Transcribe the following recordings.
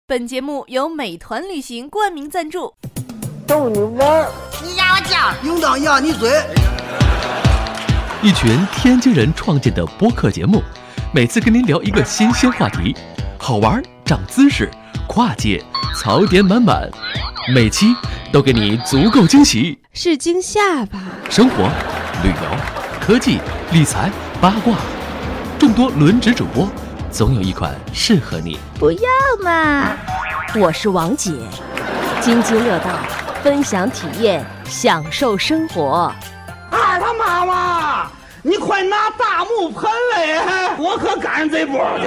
本节目由美团旅行冠名赞助。 逗你玩， 你压我脚， 应当压你嘴。 一群天津人创建的播客节目，每次跟您聊一个新鲜话题，好玩、长姿势、跨界、槽点满满，每期都给你足够惊喜。 是惊吓吧？ 生活、旅游、科技、理财、八卦，众多轮值主播，总有一款适合你。 不要嘛！我是王姐，津津乐道，分享体验，享受生活。 二他妈妈，你快拿大木盆来，我可赶上这波去。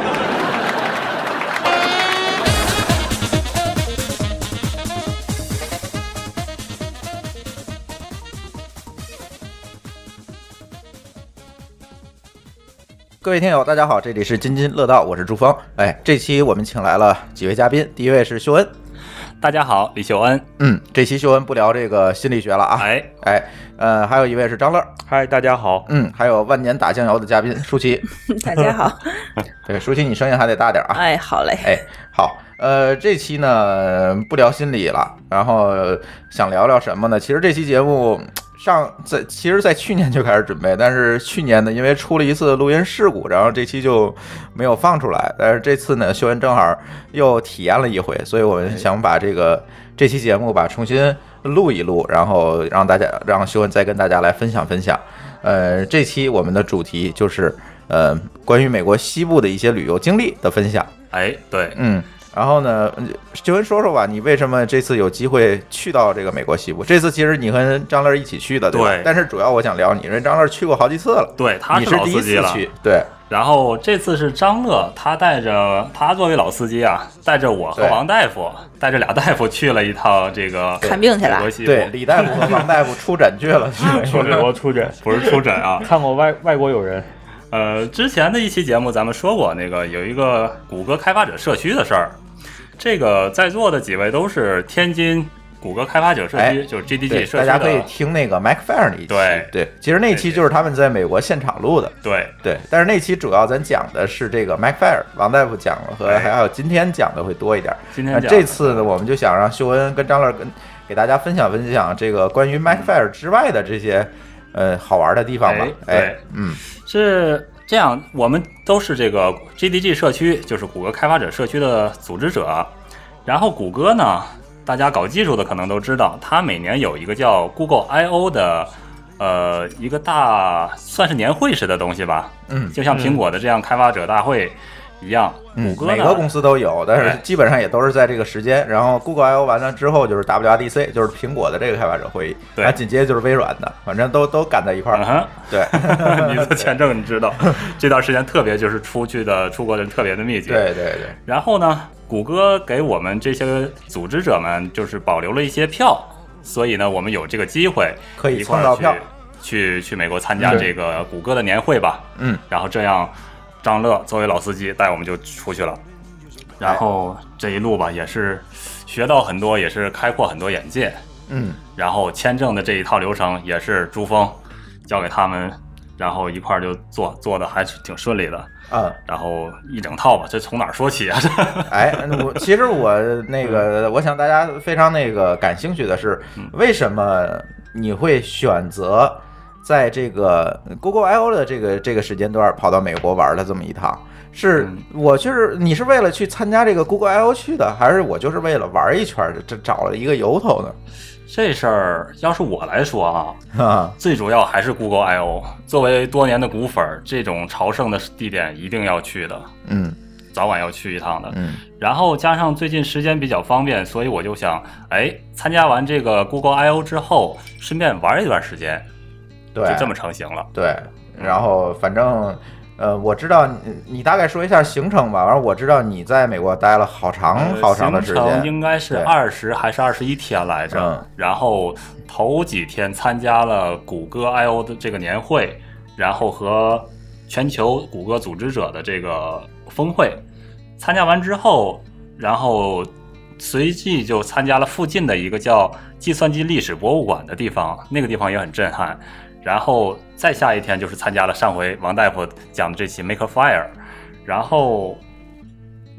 各位听友大家好，这里是津津乐道，我是朱峰。这期我们请来了几位嘉宾，第一位是秀恩。 大家好，李秀恩。 这期秀恩不聊这个心理学了啊。还有一位是张乐。 嗨，大家好。 还有万年打酱油的嘉宾舒淇。 大家好。 对，舒淇你声音还得大点啊。 好嘞。 好。这期呢不聊心理了，然后想聊聊什么呢？其实这期节目在去年就开始准备，但是去年呢因为出了一次录音事故，然后这期就没有放出来。但是这次呢秀恩正好又体验了一回，所以我们想把这期节目重新录一录，然后让秀恩再跟大家来分享分享。这期我们的主题就是关于美国西部的一些旅游经历的分享。 对。 然后呢，秀恩说说吧，你为什么这次有机会去到这个美国西部？这次其实你和张乐一起去的，对吧？ 对。 但是主要我想聊你，因为张乐去过好几次了。 对，他是老司机了。 你是第一次去，对。 然后这次是张乐，他作为老司机啊，带着我和王大夫，带着俩大夫去了一趟这个看病去了。 对，李大夫和王大夫出诊去了。 出诊不是出诊啊， 看过外国友人。 之前的一期节目咱们说过，那个有一个谷歌开发者社区的事儿。这个在座的几位都是天津谷歌开发者社区，就是 GDG 社区的。 大家可以听那个 McFair 那一期。对，其实那期就是他们在美国现场录的。对，但是那期主要咱讲的是这个 McFair， 王大夫讲了和还有今天讲的会多一点。这次呢，我们就想让秀恩跟张乐给大家分享分享这个关于 McFair 之外的这些好玩的地方吧。 是这样，我们都是这个 GDG 社区，就是谷歌开发者社区的组织者。然后谷歌呢，大家搞技术的可能都知道，它每年有一个叫 Google I/O 的一个算是年会式的东西吧。就像苹果的这样开发者大会一样。谷歌每个公司都有，但是基本上也都是在这个时间。然后 Google I/O 完了之后就是 WWDC， 就是苹果的这个开发者会议，然后紧接着就是微软的，反正都赶在一块儿。对， 你的签证你知道，这段时间特别就是出国的人特别的密集。对。然后呢，谷歌给我们这些组织者们就是保留了一些票，所以呢，我们有这个机会可以创造票去美国参加这个谷歌的年会吧。然后这样。张乐作为老司机带我们就出去了，然后这一路吧也是学到很多，也是开阔很多眼界。然后签证的这一套流程也是朱峰交给他们，然后一块就做的还是挺顺利的。然后一整套吧，这从哪儿说起啊？ 其实我想大家非常感兴趣的是，为什么你会选择在这个 Google I/O 的这个时间段跑到美国玩了这么一趟？你是为了去参加这个 Google I/O 去的，还是我就是为了玩一圈这找了一个由头呢？ 这事儿要是我来说最主要还是 Google I/O。作为多年的股粉，这种朝圣的地点一定要去的，早晚要去一趟的。然后加上最近时间比较方便，所以我就想，参加完这个 Google I/O 之后，顺便玩一段时间。 对， 就这么成型了。 对，然后反正我知道你大概说一下行程吧。完了，我知道你在美国待了好长的时间， 行程应该是20还是21天来着。然后头几天参加了谷歌 I/O 的这个年会，然后和全球谷歌组织者的这个峰会。参加完之后，然后随即就参加了附近的一个叫计算机历史博物馆的地方，那个地方也很震撼。然后再下一天就是参加了上回王大夫讲的这期 Maker Faire， 然后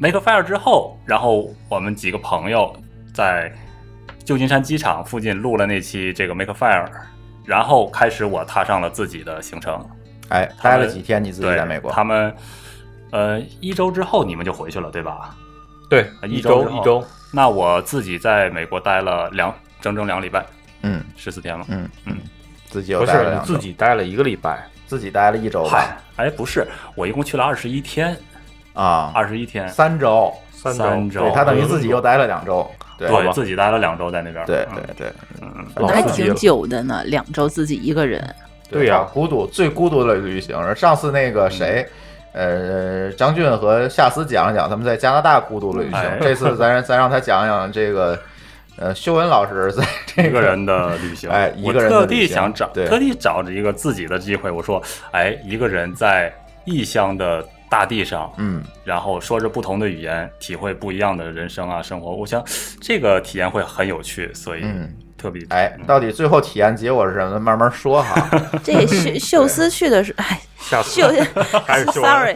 Makefire 之后，然后我们几个朋友在旧金山机场附近录了那期这个 Makefire， 然后开始我踏上了自己的行程。 哎，待了几天？你自己在美国？ 他们1周之后你们就回去了，对吧？ 对，一周。 那我自己在美国待了整整2礼拜，14天了。 自己又待了2周。 不是你自己待了1个礼拜， 自己待了1周吧？ 哎，不是，我一共去了21天啊 ，21天 ，3周， 对， 他等于自己又待了2周。 对，自己待了2周在那边。 对， 那还挺久的呢，2周自己一个人。 对呀，孤独，最孤独的旅行。上次那个谁，张俊和夏思讲一讲他们在加拿大孤独旅行。这次咱让他讲讲这个，修文老师在这一个人的旅行。 哎，一个人的旅行。 特地找着一个自己的机会，我说，哎，一个人在异乡的大地上，然后说着不同的语言，体会不一样的人生啊，生活。我想这个体验会很有趣，所以特别。 哎，到底最后体验结果是什么？慢慢说哈。 这秀斯去的是，哎，sorry，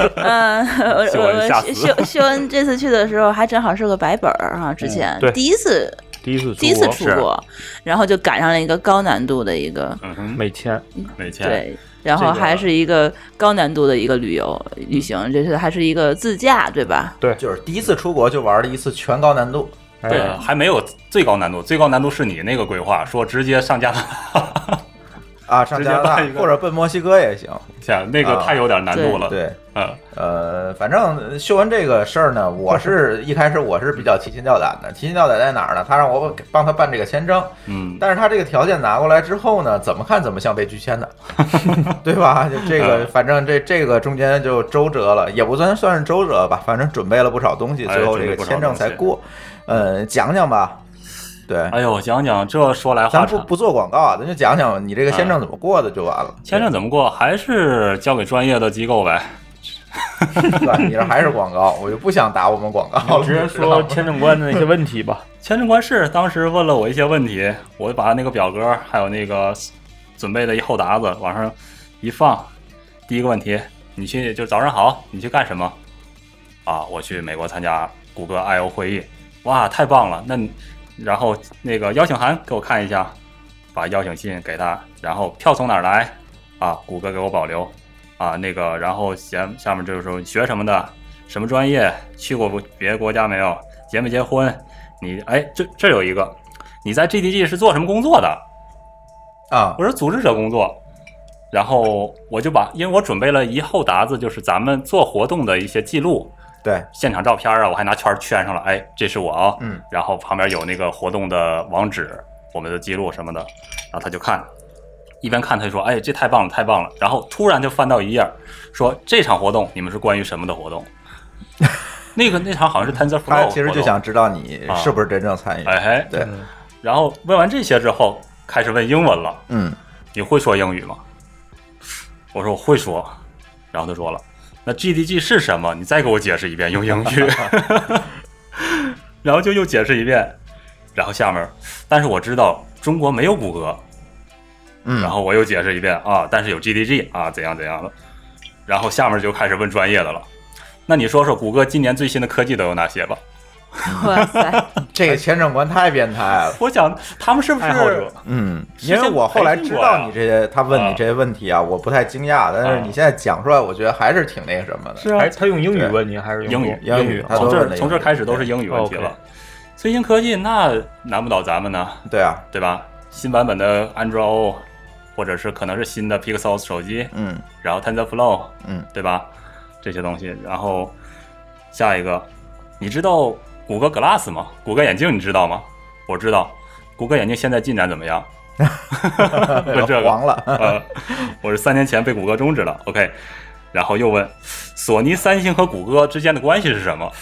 秀恩这次去的时候还正好是个白本啊，之前第一次出国，然后就赶上了一个高难度的一个美签， 对。然后还是一个高难度的一个旅行，这是还是一个自驾，对吧？ 对，就是第一次出国就玩了一次全高难度。 对，还没有最高难度，最高难度是你那个规划，说直接上加拿大啊，上加拿大或者奔墨西哥也行。 像那个太有点难度了。 对，反正秀文这个事儿呢，一开始我是比较提心吊胆的。提心吊胆在哪儿呢？他让我帮他办这个签证，但是他这个条件拿过来之后呢，怎么看怎么像被拒签的，对吧？就这个，反正这个中间就周折了，也不算是周折吧，反正准备了不少东西，最后这个签证才过。讲讲吧。对， 哎呦，讲讲这说来话长， 咱不做广告啊，咱就讲讲你这个签证怎么过的就完了。 签证怎么过，还是交给专业的机构呗。 你这还是广告，我就不想打我们广告了。 直接说签证官的那些问题吧。 签证官是当时问了我一些问题，我就把那个表格还有那个准备的一厚沓子往上一放。第一个问题，你去就早上好，你去干什么？啊，我去美国参加谷歌 I/O 会议。哇，太棒了！然后那个邀请函给我看一下，把邀请信给他，然后票从哪儿来啊？谷歌给我保留啊，那个然后下面就是说学什么的，什么专业，去过别的国家没有，结没结婚？你哎，这有一个，你在 GDG 是做什么工作的啊？ 我说组织者工作。然后我就因为我准备了一厚沓子，就是咱们做活动的一些记录。 对， 现场照片啊，我还拿圈圈上了，哎，这是我啊，然后旁边有那个活动的网址，我们的记录什么的，然后他就看，一边看他就说，哎，这太棒了，太棒了，然后突然就翻到一页，说这场活动你们是关于什么的活动？那场好像是 TensorFlow， 他其实就想知道你是不是真正参与， 哎， 对， 然后问完这些之后，开始问英文了，你会说英语吗？我说我会说，然后他说了。那 GDG 是什么？你再给我解释一遍，用英语。然后就又解释一遍，然后下面，但是我知道中国没有谷歌，然后我又解释一遍啊，但是有 GDG 啊，怎样怎样的。然后下面就开始问专业的了。那你说说谷歌今年最新的科技都有哪些吧？ 哇塞， 这个签证官太变态了。 我想他们是不是因为我后来知道你这些，他问你这些问题啊，我不太惊讶，但是你现在讲出来，我觉得还是挺那个什么的。 是啊，他用英语问你还是英语？从这开始都是英语问题了。最新科技那难不倒咱们呢？ 对啊， 对吧？新版本的 Android， 或者是可能是新的 Pixel 手机，然后 TensorFlow，对吧？这些东西，然后下一个，你知道谷歌 Glass 吗？谷歌眼镜你知道吗？我知道，谷歌眼镜现在进展怎么样？问这个黄了， 我是3年前被谷歌终止了。OK， 然后又问索尼、三星和谷歌之间的关系是什么？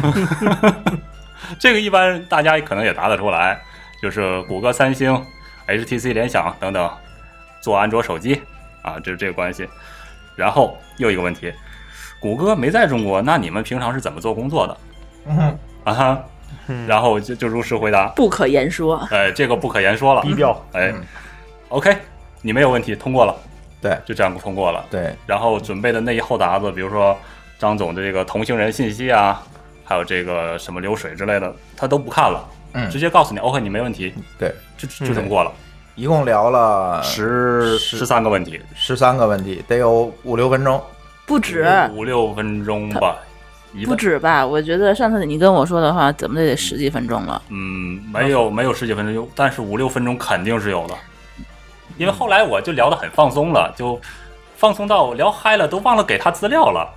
这个一般大家可能也答得出来，就是谷歌、三星、HTC、联想等等做安卓手机啊，这是这个关系。然后又一个问题，谷歌没在中国，那你们平常是怎么做工作的？然后就如实回答， 不可言说。 哎，这个不可言说了， 低调。 哎，OK， 你没有问题，通过了。 对， 就这样通过了。 对， 然后准备的那一厚沓子，比如说张总的这个同行人信息啊， 还有这个什么流水之类的，他都不看了，直接告诉你 OK， 你没问题， 对， 就这么过了。 一共聊了 13个问题 ，13个问题，得有5-6分钟， 不止 5-6分钟吧。 不止吧？我觉得上次你跟我说的话，怎么得10几分钟了。 没有10几分钟，但是5-6分钟肯定是有的。因为后来我就聊得很放松了，就放松到聊嗨了，都忘了给他资料了。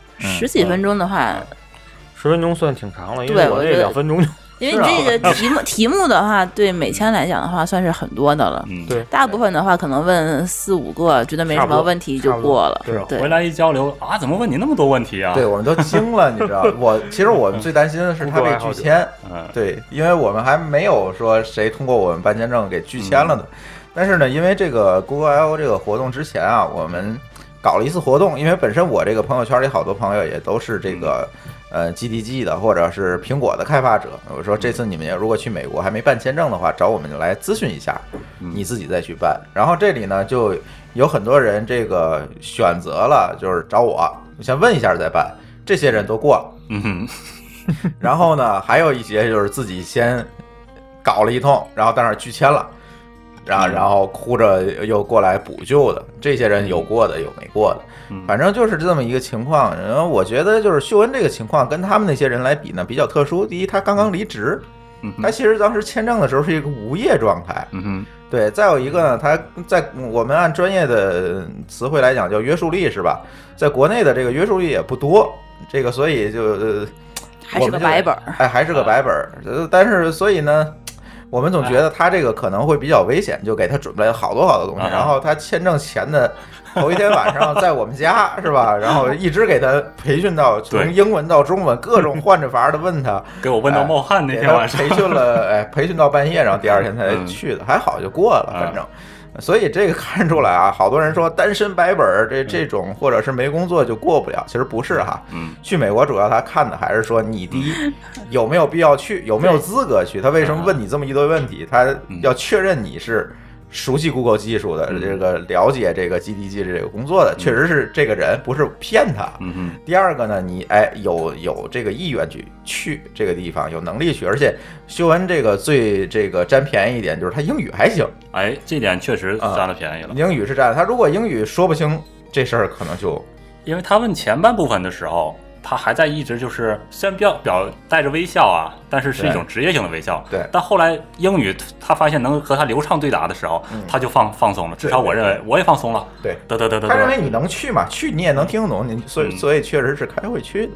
10几分钟的话 ，10分钟算挺长了，因为我这2分钟就。 因为你这个题目的话，对美签来讲的话，算是很多的了。 对， 大部分的话可能问4-5个，觉得没什么问题就过了。 对，回来一交流啊，怎么问你那么多问题啊？ 对，我们都惊了，你知道？其实我们最担心的是他被拒签。对，因为我们还没有说谁通过我们办签证给拒签了的。但是呢，因为这个 Google I/O 这个活动之前啊，我们搞了一次活动，因为本身我这个朋友圈里好多朋友也都是这个。GDG 的或者是苹果的开发者，我说这次你们如果去美国还没办签证的话，找我们来咨询一下，你自己再去办。然后这里呢就有很多人这个选择了就是找我先问一下再办，这些人都过了。然后呢还有一些就是自己先搞了一通，然后到那儿拒签了，然后哭着又过来补救的，这些人有过的有没过的。反正就是这么一个情况。然后我觉得就是秀恩这个情况跟他们那些人来比呢比较特殊。第一，他刚刚离职，他其实当时签证的时候是一个无业状态。对。再有一个呢，他在我们按专业的词汇来讲叫约束力是吧？在国内的这个约束力也不多，这个所以就还是个白本， 还是个白本。但是所以呢。我们总觉得他这个可能会比较危险，就给他准备了好多东西。然后他签证前的头一天晚上在我们家是吧？然后一直给他培训到从英文到中文，各种换着法的问他， 给我问到冒汗那天晚上， 培训到半夜，然后第二天才去的，还好就过了，反正。所以这个看出来啊，好多人说单身白本这种，或者是没工作就过不了，其实不是哈。去美国主要他看的还是说你第一有没有必要去，有没有资格去。他为什么问你这么一堆问题？他要确认你是熟悉 Google 技术的，这个了解这个 GDG 这个工作的，确实是这个人，不是骗他。第二个呢，你有这个意愿去这个地方，有能力去，而且秀恩这个最这个占便宜一点就是他英语还行。 这点确实占了便宜了。 英语是占，他如果英语说不清这事儿，可能就因为他问前半部分的时候。他还在一直就是虽然表带着微笑啊，但是是一种职业性的微笑。 对。 但后来英语他发现能和他流畅对答的时候，他就放松了。至少我认为我也放松了。 对。他认为你能去嘛？去你也能听懂，所以确实是开会去的。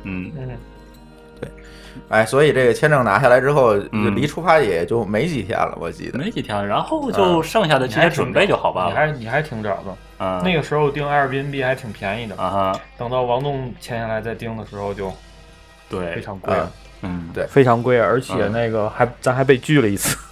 对。所以这个签证拿下来之后，离出发也就没几天了，我记得。 没几天，然后就剩下的这些准备就好办了。 你还挺早的。那个时候订 Airbnb 还挺便宜的等到王栋签下来再订的时候就对非常贵对， 非常贵，而且那个咱还被拒了一次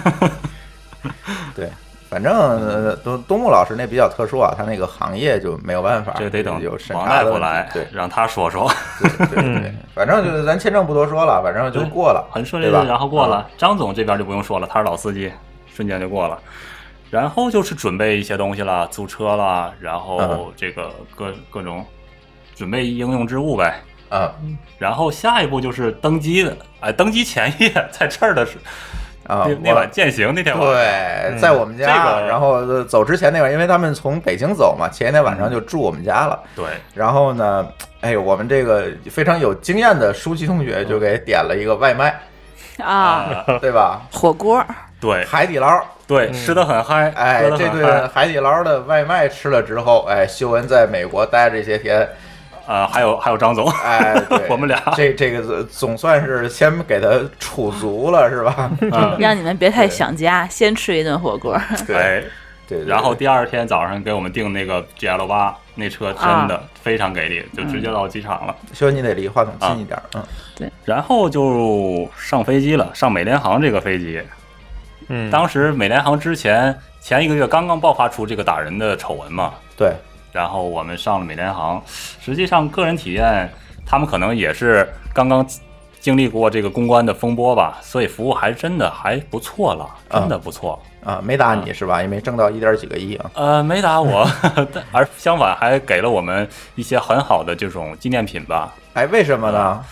对，反正东木老师那比较特殊啊，他那个行业就没有办法， 这得等有审王查的大夫来， 对， 让他说说。 对，反正就是咱签证不多说了，反正就过了， 很顺利的，然后过了。张总这边就不用说了，他是老司机，瞬间就过了。然后就是准备一些东西了，租车了，然后这个各种准备应用之物呗。然后下一步就是登机的，登机前夜在这儿的是那晚践行那天晚上， 对，在我们家。然后走之前那晚，因为他们从北京走嘛，前一天晚上就住我们家了。 对。 然后呢，我们这个非常有经验的舒淇同学就给点了一个外卖对吧？ 火锅。 对， 海底捞。 对，吃的很嗨。 这顿海底捞的外卖吃了之后，秀恩在美国待这些天， 还有张总， 对， 我们俩这个总算是先给他储足了，是吧？ 让你们别太想家，先吃一顿火锅。 对。 然后第二天早上给我们订那个 GL8，那车真的非常给力，就直接到机场了。 秀恩，你得离话筒近一点。 对。 然后就上飞机了，上美联航这个飞机。当时美联航前一个月刚刚爆发出这个打人的丑闻嘛， 对， 然后我们上了美联航，实际上个人体验，他们可能也是刚刚经历过这个公关的风波吧，所以服务还真的还不错了，真的不错没打你是吧？因为挣到1点几个亿没打我，而相反还给了我们一些很好的这种纪念品吧。 为什么呢？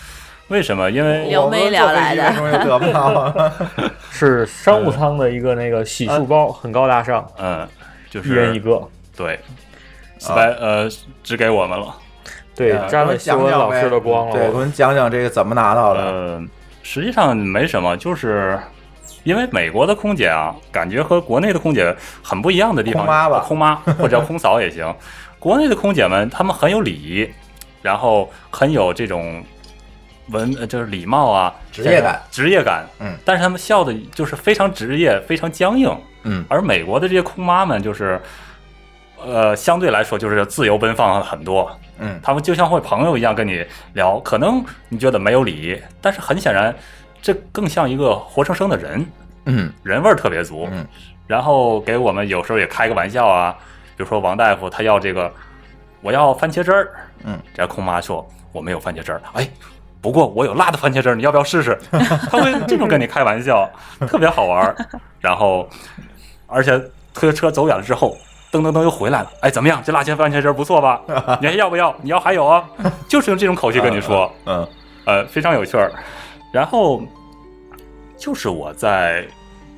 为什么？因为撩妹聊来的。 为什么又得不到？ 是商务舱的一个那个洗漱包，很高大上。 就是一人一个。 对，只给我们了。 对，沾了修文老师的光了。 对，我们讲讲这个怎么拿到的。 实际上没什么，就是因为美国的空姐啊，感觉和国内的空姐很不一样的地方。空妈或者叫空嫂也行。国内的空姐们，她们很有礼仪，然后很有这种就是礼貌啊，职业感。但是她们笑的就是非常职业，非常僵硬。而美国的这些空妈们就是。相对来说就是自由奔放很多，他们就像会朋友一样跟你聊，可能你觉得没有礼，但是很显然，这更像一个活生生的人，人味儿特别足，然后给我们有时候也开个玩笑啊，比如说王大夫他要这个，我要番茄汁儿，这空妈说我没有番茄汁儿，哎，不过我有辣的番茄汁儿，你要不要试试？他会这种跟你开玩笑，特别好玩，然后而且推车走远了之后。噔噔噔又回来了，哎，怎么样？这辣番茄汁不错吧？你还要不要？你要还有啊？就是用这种口气跟你说，非常有趣儿。然后就是我在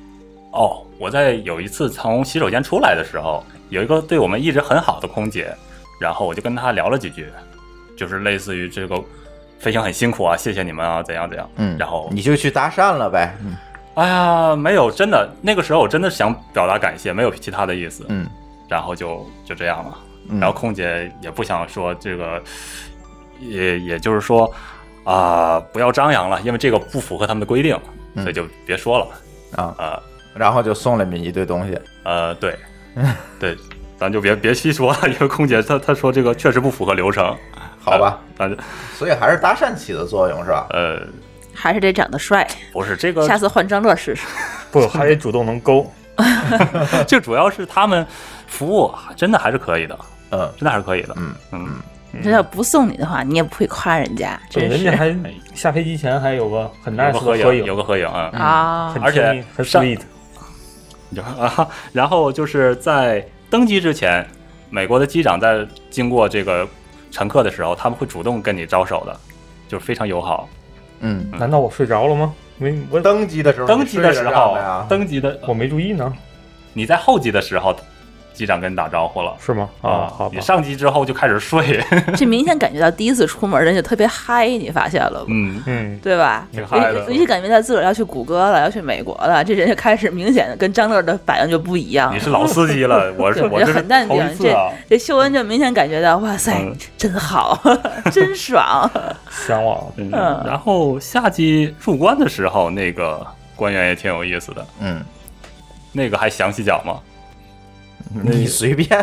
有一次从洗手间出来的时候，有一个对我们一直很好的空姐，然后我就跟她聊了几句，就是类似于这个飞行很辛苦啊，谢谢你们啊，怎样怎样。然后你就去搭讪了呗。 哎呀，没有，真的那个时候我真的想表达感谢，没有其他的意思。然后就这样了，然后空姐也不想说这个，也就是说不要张扬了，因为这个不符合他们的规定，所以就别说了然后就送了你一堆东西。 对，对，咱就别细说了，因为空姐她说这个确实不符合流程。 好吧，所以还是搭讪起的作用是吧？ 还是得长得帅。 不是这个， 下次换张乐试试。 不，还得主动能勾。 就主要是他们服务真的还是可以的，真的还是可以的， 这要不送你的话，你也不会夸人家，真是。 人家还下飞机前还有个很 nice 的合影， 有个合影而且很 sweet。 然后就是在登机之前，美国的机长在经过这个乘客的时候，他们会主动跟你招手的，就是非常友好。 难道我睡着了吗？ 我登机的时候， 我没注意呢。 你在候机的时候，机长跟你打招呼了， 是吗？好。 你上机之后就开始睡， 这明显感觉到第一次出门人就特别嗨，你发现了吗？对吧？ 挺嗨的。 尤其感觉到自个儿要去谷歌了，要去美国了，这人就开始明显的跟张乐的反应就不一样。 你是老司机了，我这很淡定。这秀恩就明显感觉到，哇塞，真好，真爽， 向往。 然后下机入关的时候，那个官员也挺有意思的。那个还详细讲吗？ 你随便。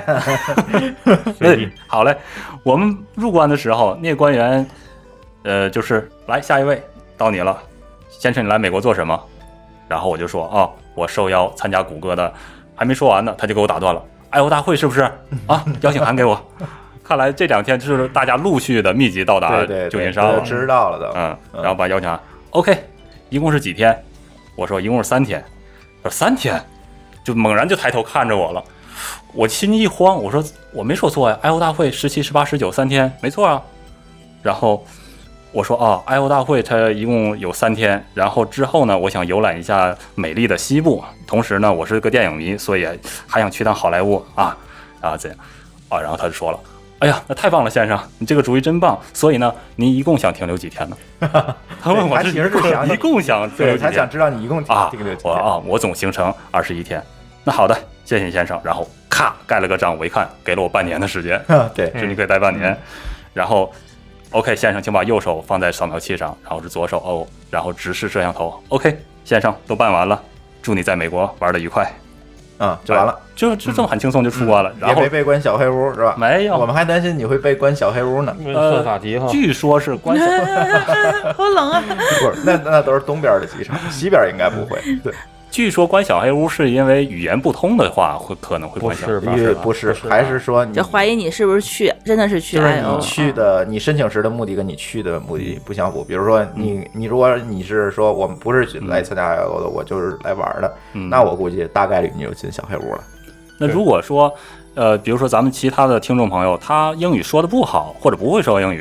好嘞，我们入关的时候，那个官员，就是来下一位，到你了，先生，你来美国做什么？然后我就说我受邀参加谷歌的，还没说完呢，他就给我打断了。IO大会是不是啊？邀请函给我。看来这2天就是大家陆续的密集到达旧金山了， 知道了的。 然后把邀请函 OK， 一共是几天？我说一共是3天。说3天，就猛然就抬头看着我了。我心一慌，我说我没说错呀，IO大会17、18、19 3天，没错啊。然后我说IO大会它一共有3天，然后之后呢，我想游览一下美丽的西部，同时呢，我是个电影迷，所以还想去趟好莱坞怎样然后他就说了，哎呀，那太棒了，先生，你这个主意真棒。所以呢，您一共想停留几天呢？他问我一共想停留几天， 他想知道你一共停留几天。 我总行程21天。那好的，谢谢先生。然后咔盖了个章，我一看，给了我半年的时间。 对， 就你可以待半年。然后 OK， 先生，请把右手放在扫描器上，然后是左手然后直视摄像头。OK， 先生，都办完了，祝你在美国玩得愉快。 就完了， 就这么很轻松就出关了。然后也没被关小黑屋是吧？ 没有， 我们还担心你会被关小黑屋呢。 算法题哈， 据说是关小好冷啊！ 不是，那都是东边的机场，西边应该不会。对， 据说关小黑屋是因为语言不通的话，可能会关小黑屋。 不是，还是说你就怀疑你是不是真的是去 IO？ 你去的，你申请时的目的跟你去的目的不相符。比如说你如果你是说我们不是来参加 IO 的，我就是来玩的，那我估计大概率你就进小黑屋了。 那如果说比如说咱们其他的听众朋友，他英语说的不好或者不会说英语，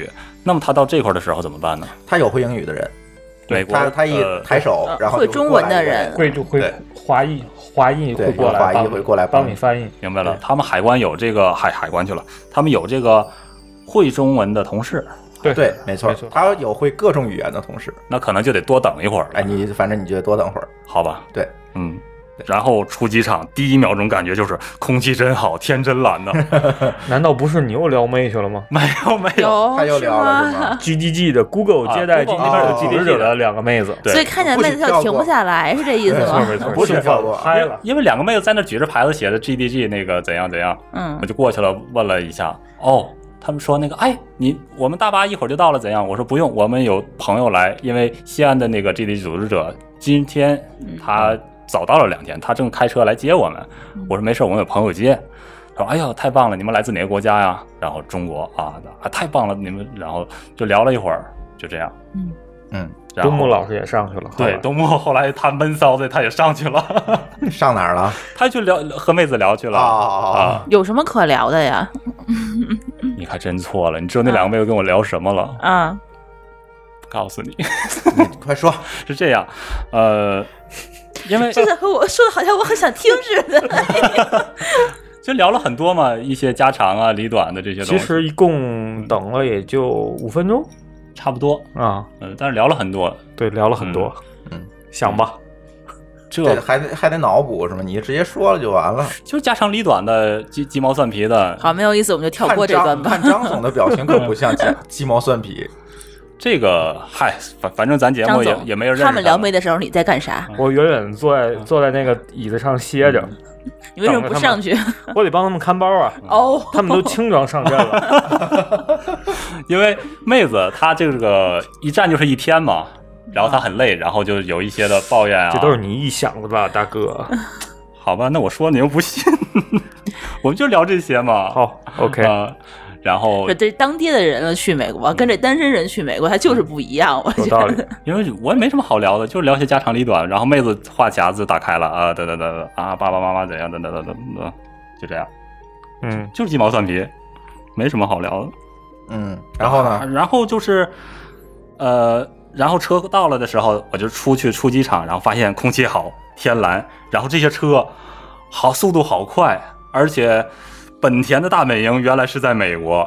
那么他到这块的时候怎么办呢？ 他有会英语的人， 美国他一抬手，然后会中文的人， 会华裔会过来， 华裔会过来帮你翻译。 明白了，他们海关有这个海关去了，他们有这个会中文的同事。 对，没错，他有会各种语言的同事， 那可能就得多等一会儿。 哎，反正你就得多等会儿， 好吧？ 对， 然后出机场第一秒钟感觉就是空气真好，天真蓝呢。 难道不是你又撩妹去了吗？ 没有， 他又聊了是吗 ？GDG 的 Google 接待 GDG 的两个妹子， 所以看见妹子就停不下来，是这意思吗？ 没错， 不许跳过， 嗨了。 因为两个妹子在那举着牌子写的 GDG 那个怎样，我就过去了问了一下，他们说那个，我们大巴一会儿就到了，怎样？我说不用，我们有朋友来，因为西安的那个 GDG 组织者今天他早到了2天，他正开车来接我们。我说没事，我们有朋友接。他说哎呦太棒了，你们来自哪个国家呀？然后中国啊，太棒了，你们，然后就聊了一会儿，就这样。 东木老师也上去了。 对，东木后来他闷骚的，他也上去了。 上哪儿了？ 他去和妹子聊去了。 有什么可聊的呀？ 你还真错了，你知道那两个妹子跟我聊什么了？不告诉你。 你快说。 是这样，因为这个和我说的好像我很想听似的。 就聊了很多嘛，一些家长啊、里短的这些东西。 其实一共等了也就5分钟。 差不多啊， 但是聊了很多， 对，聊了很多，想吧， 这还得脑补是吗？你直接说了就完了， 就是家长里短的、鸡毛蒜皮的。 好，没有意思，我们就跳过这段吧。 看张总的表情可不像鸡毛蒜皮。 这个反正咱节目也没人认识他们聊妹的时候你在干啥？ 我远远坐在那个椅子上歇着。 你为什么不上去？ 我得帮他们看包啊！他们都轻装上阵了。 因为妹子她这个一站就是1天嘛，然后她很累，然后就有一些的抱怨啊。 这都是你臆想的吧，大哥？ 好吧，那我说你又不信，我们就聊这些嘛。 好 ，OK。 然后这当爹的人去美国跟这单身人去美国，他就是不一样。 有道理， 因为我也没什么好聊的，就是聊些家长里短。然后妹子话匣子打开了啊，爸爸妈妈怎样，就这样。就是鸡毛蒜皮，没什么好聊的。 然后呢？ 然后就是，然后车到了的时候，我就出机场，然后发现空气好，天蓝，然后这些车速度好快，而且。本田的大本营原来是在美国，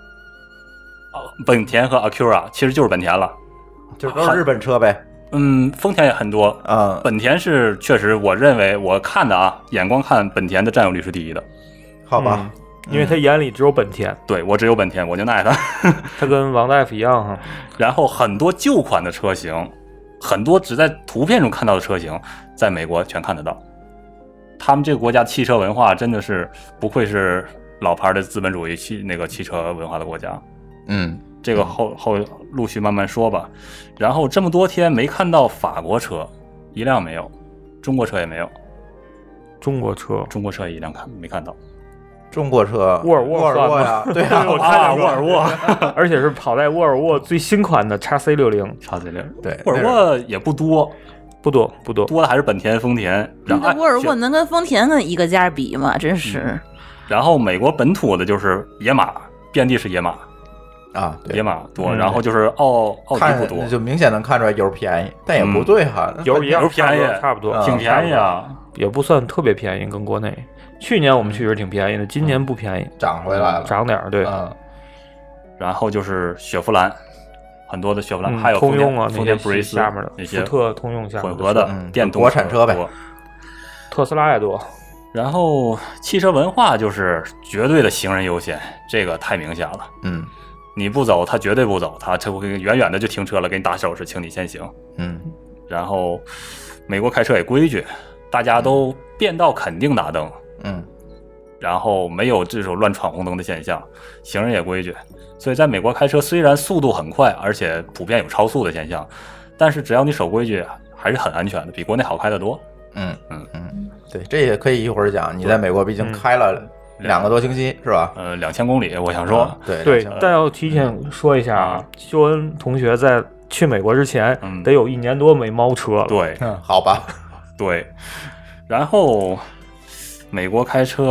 本田和 Acura 其实就是本田了， 就都是日本车呗。 丰田也很多本田是确实，我认为我看的眼光看本田的占有率是第一的。 好吧， 因为他眼里只有本田。 对，我只有本田，我就爱他。 他跟王大夫一样哈。 然后很多旧款的车型，很多只在图片中看到的车型，在美国全看得到。他们这个国家汽车文化真的是不愧是老牌的资本主义汽车文化的国家。这个后陆续慢慢说吧。然后这么多天没看到法国车一辆没有，中国车也没有。 中国车一辆没看到。 中国车沃尔沃呀，对啊， 我看见沃尔沃，而且是跑在沃尔沃最新款的 XC60。 对， 沃尔沃也不多。 不多， 多的还是本田、丰田。然后沃尔沃能跟丰田跟一个家比吗？真是。 然后美国本土的就是野马，遍地是野马啊， 野马多。然后就是奥迪不多， 就明显能看出来油便宜，但也不对哈， 油便宜， 差不多， 挺便宜啊， 也不算特别便宜，跟国内。去年我们去是挺便宜的，今年不便宜， 涨回来了， 涨点对。 然后就是雪佛兰。很多的雪佛兰，还有通用啊， 丰田 Brake 下面的那些福特、通用下面混合的电动国产车呗， 特斯拉也多。 然后汽车文化就是绝对的行人优先，这个太明显了。你不走，他绝对不走，他会远远的就停车了，给你打手势，请你先行。然后美国开车也规矩，大家都变道肯定打灯。然后没有这种乱闯红灯的现象，行人也规矩。所以在美国开车虽然速度很快，而且普遍有超速的现象，但是只要你守规矩，还是很安全的，比国内好开得多。 对，这也可以一会儿讲。你在美国毕竟开了2个多星期，是吧 ？2000公里，我想说， 对。但要提前说一下啊，修恩同学在去美国之前，得有1年多没猫车了。 对， 好吧， 对。然后美国开车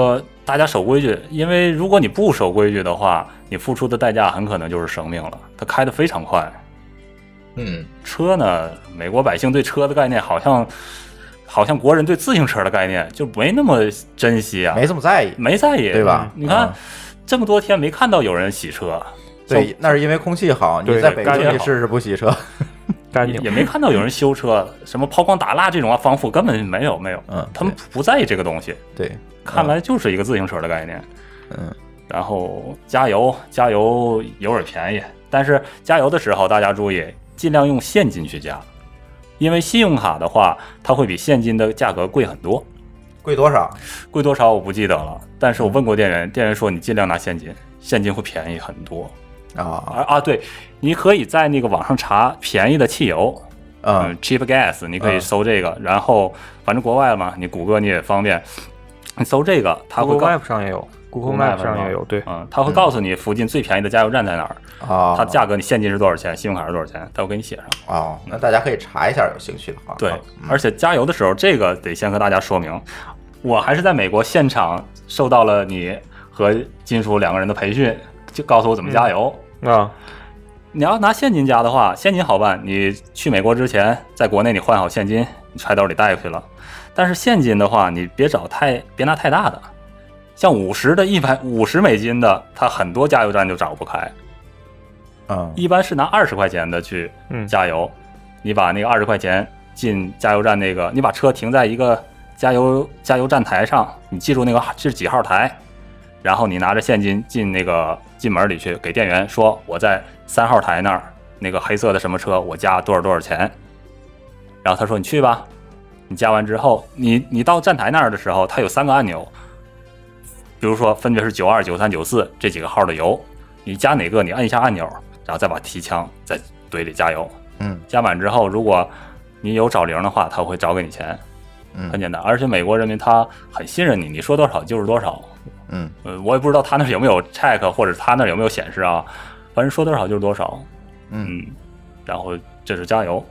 大家守规矩，因为如果你不守规矩的话，你付出的代价很可能就是生命了。它开得非常快。车呢，美国百姓对车的概念好像国人对自行车的概念就没那么珍惜啊， 没这么在意， 没在意， 对吧？ 你看、这么多天没看到有人洗车， 对，那是因为空气好。你在北京你试试不洗车， 干净也没看到有人修车，什么抛光打蜡这种防腐根本没有，他们不在意这个东西。 对， 看来就是一个自行车的概念。然后加油有点便宜，但是加油的时候大家注意，尽量用现金去加，因为信用卡的话，它会比现金的价格贵很多。 贵多少？ 贵多少我不记得了，但是我问过店员，店员说你尽量拿现金，现金会便宜很多。对，你可以在那个网上查便宜的汽油，cheap gas， 你可以搜这个，然后反正国外嘛，你谷歌你也方便，你搜这个，它会 Google Map 上也有。Google Map 上也有，对， 他会告诉你附近最便宜的加油站在哪儿，它价格你现金是多少钱，信用卡是多少钱，他会给你写上。 那大家可以查一下，有兴趣的话。 对，而且加油的时候，这个得先和大家说明，我还是在美国现场受到了你和金叔两个人的培训，就告诉我怎么加油你要拿现金加的话，现金好办，你去美国之前，在国内你换好现金，你揣兜里带回去了。但是现金的话，你别拿太大的。像50的150美金的，它很多加油站就找不开。一般是拿20块钱的去加油，你把那个20块钱进加油站那个，你把车停在一个加油站台上，你记住那个是几号台，然后你拿着现金进门里去，给店员说我在3号台那儿那个黑色的什么车，我加多少钱，然后他说你去吧。你加完之后，你到站台那儿的时候，它有3个按钮。比如说分别是92、93、94这几个号的油，你加哪个你按一下按钮，然后再把提枪在堆里加油。加满之后，如果你有找零的话，他会找给你钱。很简单，而且美国人民他很信任你，你说多少就是多少。我也不知道他那有没有 check 或者他那有没有显示啊，反正说多少就是多少。然后这是加油。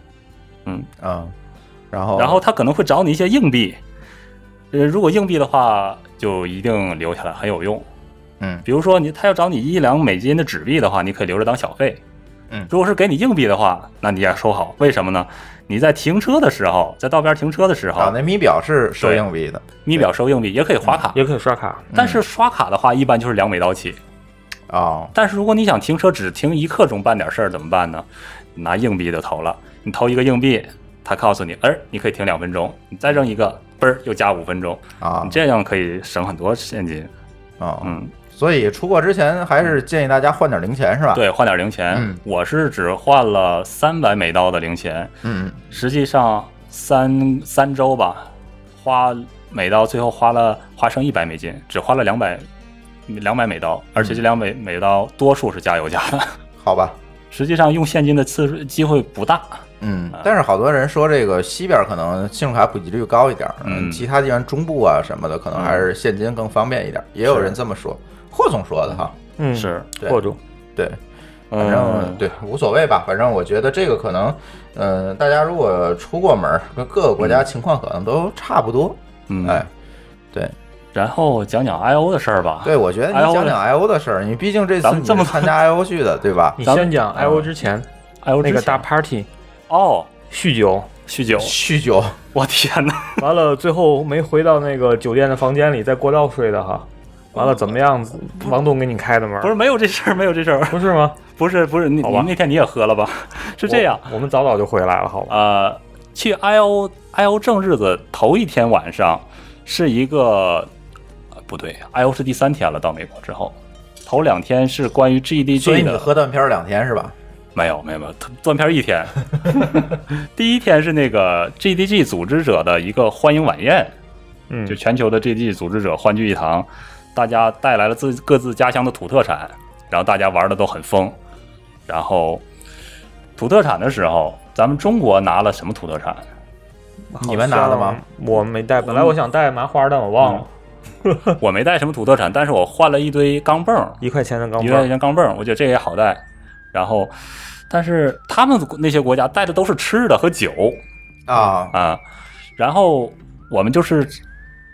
然后他可能会找你一些硬币。如果硬币的话，就一定留下来，很有用。比如说他要找你1两美金的纸币的话，你可以留着当小费。如果是给你硬币的话，那你也收好。为什么呢？你在停车的时候，在道边停车的时候， 那咪表是收硬币的， 咪表收硬币，也可以划卡， 也可以刷卡。 但是刷卡的话，一般就是2美刀起。但是如果你想停车只停1刻钟办点事儿怎么办呢？你拿硬币就投了，你投一个硬币，他告诉你，你可以停2分钟，你再扔一个，又加5分钟你这样可以省很多现金。 所以出国之前还是建议大家换点零钱，是吧？ 对，换点零钱。我是只换了300美刀的零钱。实际上三周吧，花美刀最后花剩100美金，只花了200美刀，而且这200美刀多数是加油加的。 好吧， 实际上用现金的机会不大。 但是好多人说这个西边可能信用卡普及率高一点，其他地方中部啊什么的可能还是现金更方便一点，也有人这么说。霍总说的哈， 是霍总， 对，反正对无所谓吧，反正我觉得这个可能，大家如果出过门，各个国家情况可能都差不多。对。 然后讲讲 IO 的事儿吧。 对，我觉得你讲讲 IO 的事儿，你毕竟这次你是参加 IO 去的，对吧？ 你先讲 IO 之前，IO 那个大 party， 酗酒， 我天哪！ 完了，最后没回到那个酒店的房间里，在过道睡的哈。完了怎么样？王东给你开的门？ 不是，没有这事儿， 不是吗？ 不是，你那天你也喝了吧？是这样， 我们早就回来了，好吧？ 去 IO 正日子头一天晚上是一个。不对 ，IO 是第3天了，到美国之后，头2天是关于 GDG 的。 所以你喝断片2天是吧？ 没有，断片1天。第1天是那个 GDG 组织者的一个欢迎晚宴，就全球的 GDG 组织者欢聚一堂，大家带来了各自家乡的土特产，然后大家玩的都很疯。然后土特产的时候，咱们中国拿了什么土特产？ 你们拿的吗？ 我没带，本来我想带麻花，但我忘了。 我没带什么土特产，但是我换了一堆钢镚，1块钱的钢镚，1 块钱钢镚，我觉得这个也好带。然后，但是他们那些国家带的都是吃的和酒然后我们就是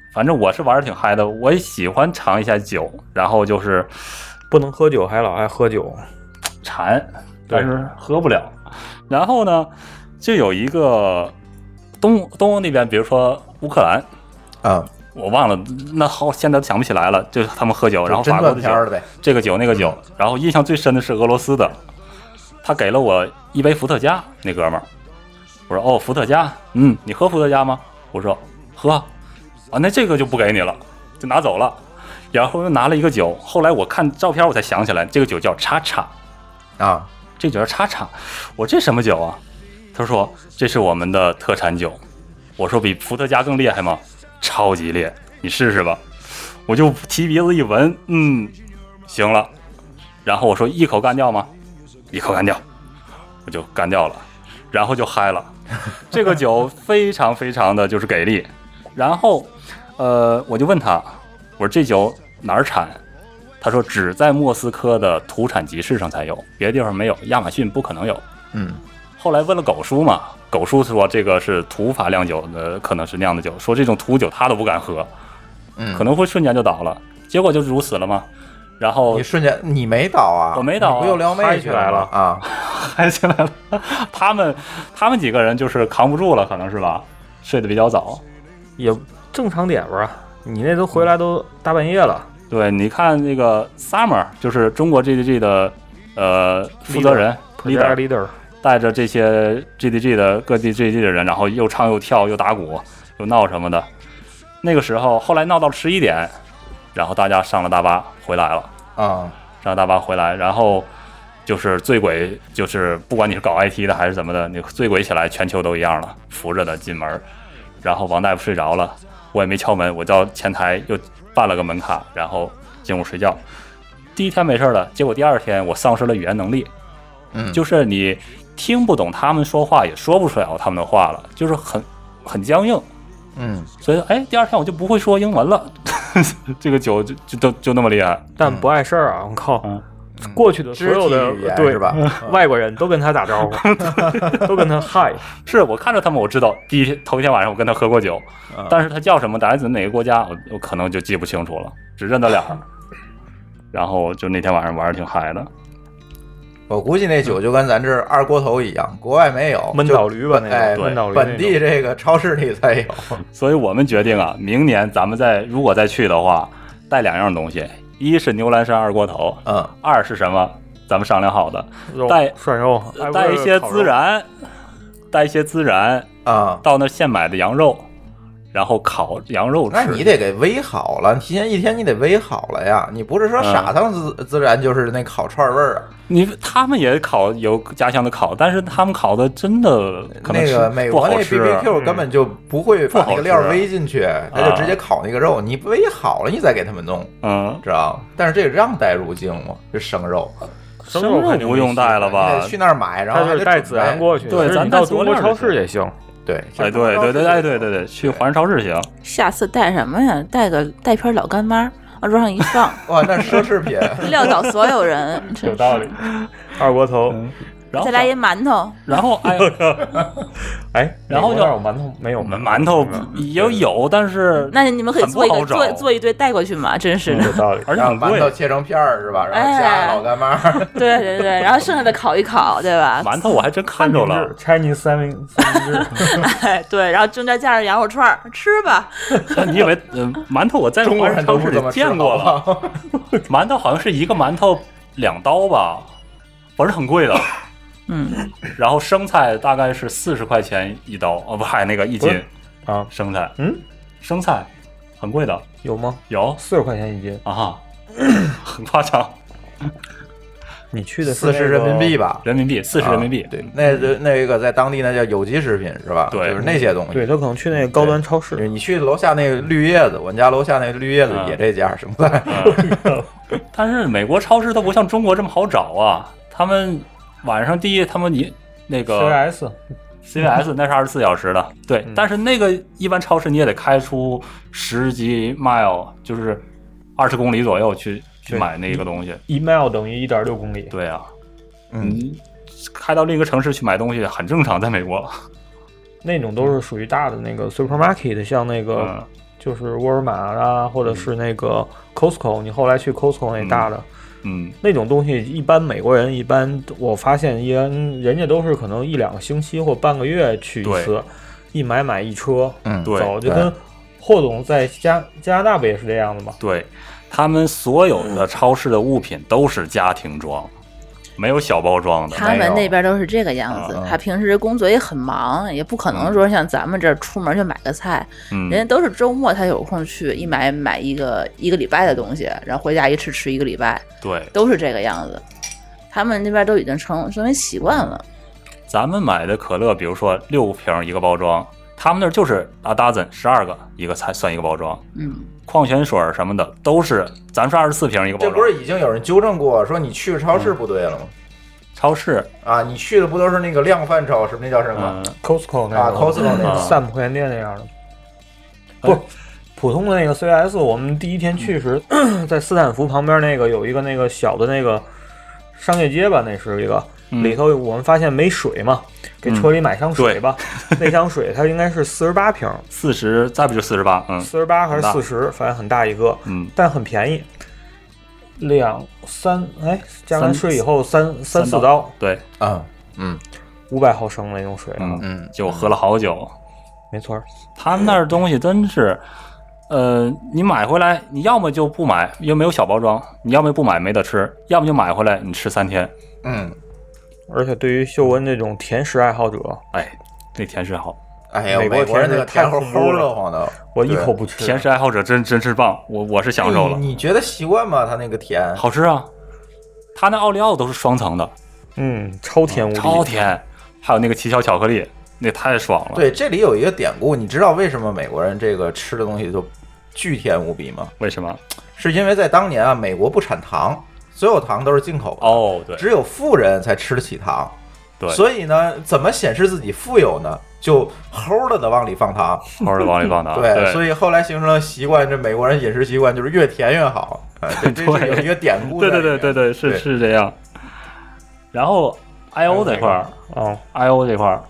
反正我是玩的挺嗨的，我也喜欢尝一下酒，然后就是不能喝酒还老爱喝酒， 馋，但是喝不了。然后呢，就有一个东欧那边，比如说乌克兰啊， 我忘了，那好现在都想不起来了，就是他们喝酒，然后法国的酒，这个酒那个酒，然后印象最深的是俄罗斯的，他给了我一杯伏特加，那哥们儿，我说哦伏特加，你喝伏特加吗？我说喝啊，那这个就不给你了，就拿走了。然后又拿了一个酒，后来我看照片我才想起来，这个酒叫叉叉啊， 这酒叫叉叉。我这什么酒啊？他说这是我们的特产酒。我说比伏特加更厉害吗？超级烈，你试试吧。我就提鼻子一闻，行了。然后我说一口干掉吗？一口干掉，我就干掉了，然后就嗨了。这个酒非常非常的就是给力。然后我就问他，我说这酒哪儿产？他说只在莫斯科的土产集市上才有，别的地方没有，亚马逊不可能有。后来问了狗叔嘛，狗叔说这个是土法酿酒的，可能是酿的酒，说这种土酒他都不敢喝，可能会瞬间就倒了。结果就如此了吗？然后你瞬间你没倒啊？ 我没倒、 不又撩妹去来了啊？ 嗨起来了。他们几个人就是扛不住了，可能是吧？睡得比较早， 也正常点吧。你那都回来都大半夜了。 对，你看那个 Summer 就是中国 GDG 的负责人 leader， 带着这些 GDG 的各地 GDG 的人，然后又唱又跳又打鼓又闹什么的。那个时候后来闹到11点，然后大家上了大巴回来了啊， 上了大巴回来，然后就是醉鬼，就是不管你是搞 IT 的还是怎么的，你醉鬼起来全球都一样了，扶着的进门，然后王大夫睡着了，我也没敲门，我到前台又办了个门卡，然后进屋睡觉。第一天没事了，结果第二天我丧失了语言能力，就是你听不懂他们说话，也说不出来他们的话了，就是很僵硬。所以第二天我就不会说英文了。这个酒就那么厉害， 但不碍事儿啊！我靠，过去的所有的对是吧？ 外国人都跟他打招呼，都跟他嗨。 是我看着他们，我知道头一天晚上我跟他喝过酒，但是他叫什么，来自哪个国家，我可能就记不清楚了，只认得脸。然后就那天晚上玩的挺嗨的。 我估计那酒就跟咱这二锅头一样，国外没有， 闷倒驴吧那个， 闷倒驴本地这个超市里才有。 所以我们决定啊，明年咱们如果再去的话，带2样东西，一是牛栏山二锅头，二是什么？咱们商量好的，带涮肉， 带一些孜然啊，到那现买的羊肉。然后烤羊肉吃， 那你得给煨好了，提前1天你得煨好了呀。你不是说撒上孜然就是那烤串味儿啊？ 他们也烤有家乡的烤，但是他们烤的真的可能那个美国那 BBQ 根本就不会把那个料煨进去，他就直接烤那个肉。你煨好了，你再给他们弄，知道？但是这个让带入境吗？这生肉。 生肉不用带了吧？ 去那儿买，然后就是带孜然过去。 对，咱到中国超市也行。 对， 对，去华人超市行。 下次带什么呀？带片老干妈，往桌上一放， 哇，那奢侈品， 撂倒所有人。 有道理。二锅头， 然后再来一馒头， 然后然后就馒头没有， 馒头也有，但是那你们可以做一堆带过去嘛，真是有道理。 而且馒头切成片儿是吧？然后加老干妈， 对，然后剩下的烤一烤，对吧？ 馒头我还真看着了 ，Chinese 三明治， 对，然后中间加上羊肉串吃吧。 你以为馒头我在华人超市里见过了？馒头好像是一个馒头2刀吧，反正很贵的。然后生菜大概是40块钱1刀，不还那个1斤啊， 生菜，生菜很贵的， 有吗？ 有 40块钱1斤啊，很夸张。 你去的 40人民币吧？ 人民币40人民币， 对，那个在当地那叫有机食品是吧？ 对， 就是那些东西。 对，他可能去那个高端超市。 你去楼下那个绿叶子，我们家楼下那个绿叶子也这家生菜。 但是美国超市它不像中国这么好找啊，他们晚上他们那个 CVS 那是24小时的，对，但是那个一般超市你也得开出10几 mile， 就是20公里左右去买那个东西 ，1 mile 等于1.6公里。 对啊，开到另一个城市去买东西很正常，在美国。 那种都是属于大的那个 supermarket， 像那个就是沃尔玛啊，或者是那个 Costco， 你后来去 Costco 那大的，那种东西，一般美国人我发现人家都是可能1-2个星期或半个月去一次，一买一车，走，就跟霍总在加拿大不也是这样的吗？ 对，他们所有的超市的物品都是家庭装。没有小包装的， 他们那边都是这个样子。他平时工作也很忙，也不可能说像咱们这儿出门就买个菜，人家都是周末他有空去一买一个礼拜的东西，然后回家一吃一个礼拜。 对， 都是这个样子。他们那边都已经成为习惯了。 咱们买的可乐，比如说6瓶一个包装，他们那儿就是a dozen 12个一个才算一个包装。矿泉水什么的都是，咱说24瓶一个包装。 这不是已经有人纠正过，说你去超市不对了吗？ 超市啊，你去的不都是那个量贩超市，那叫什么 ？Costco 那个 Costco 那个 3不会员店那样的。不，普通的那个 CVS， 我们第一天去时，在斯坦福旁边那个有一个那个小的那个商业街吧，那是一个。里头我们发现没水嘛，给车里买箱水吧。那箱水它应该是48瓶 ，40，再不就48 ，48还是40，反正很大一个，但很便宜，2、3，加完税以后3-4刀， 对 ，500毫升那种水， 就喝了好久， 没错。 他们那儿东西真是，你买回来，你要么就不买，又没有小包装，你要么不买没得吃，要么就买回来你吃3天， 而且对于秀恩这种甜食爱好者， 那甜食好， 美国人那个太齁了慌的， 我一口不吃。 甜食爱好者真是棒，我是享受了。 你觉得习惯吗？他那个甜好吃啊，他那奥利奥都是双层的， 超甜无比， 超甜，还有那个奇巧巧克力，那太爽了。 对，这里有一个典故，你知道为什么美国人这个吃的东西就巨甜无比吗？ 为什么？ 是因为在当年啊，美国不产糖。所有糖都是进口的对， 只有富人才吃得起糖， 对， 所以呢，怎么显示自己富有呢？就齁了的往里放糖， 齁了往里放糖， 对，所以后来形成了习惯，这美国人饮食习惯就是越甜越好，这是有一个典故在里面， 对，是这样。然后 IO 这块儿，IO 这块儿。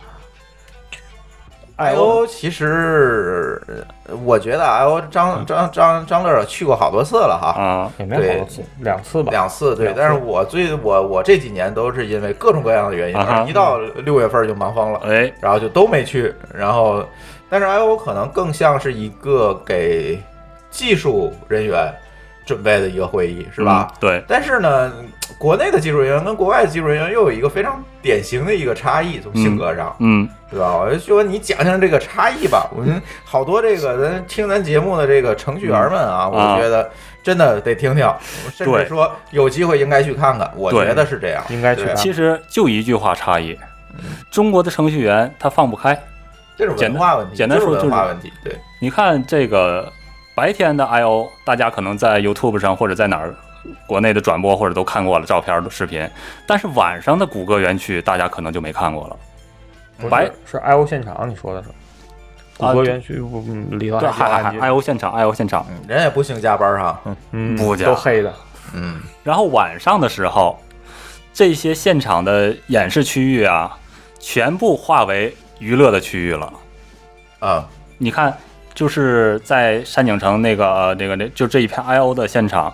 IO 其实，我觉得 IO 张乐去过好多次了哈， 也没有好多次，2次吧， 2次对。但是我这几年都是因为各种各样的原因，一到6月份就忙疯了，然后就都没去。然后，但是 IO 可能更像是一个给技术人员准备的一个会议，是吧？ 对。 但是呢，国内的技术人员跟国外的技术人员又有一个非常典型的一个差异，从性格上，对吧？我就说你讲讲这个差异吧。我们好多这个咱听咱节目的这个程序员们啊，我觉得真的得听听，甚至说有机会应该去看看。我觉得是这样， 应该去看。 其实就一句话差异，中国的程序员他放不开， 这是文化问题。 简单说就是文化问题。对， 你看这个白天的 IO， 大家可能在 YouTube 上或者在哪儿。国内的转播或者都看过了照片的视频，但是晚上的谷歌园区大家可能就没看过了。 是 IO 现场，你说的是谷歌园区里头还 IO 现场 ，IO 现场， 人也不兴加班哈， 不加， 都黑的， 然后晚上的时候，这些现场的演示区域啊，全部划为娱乐的区域了。你看，就是在山景城那就这一片 IO 的现场。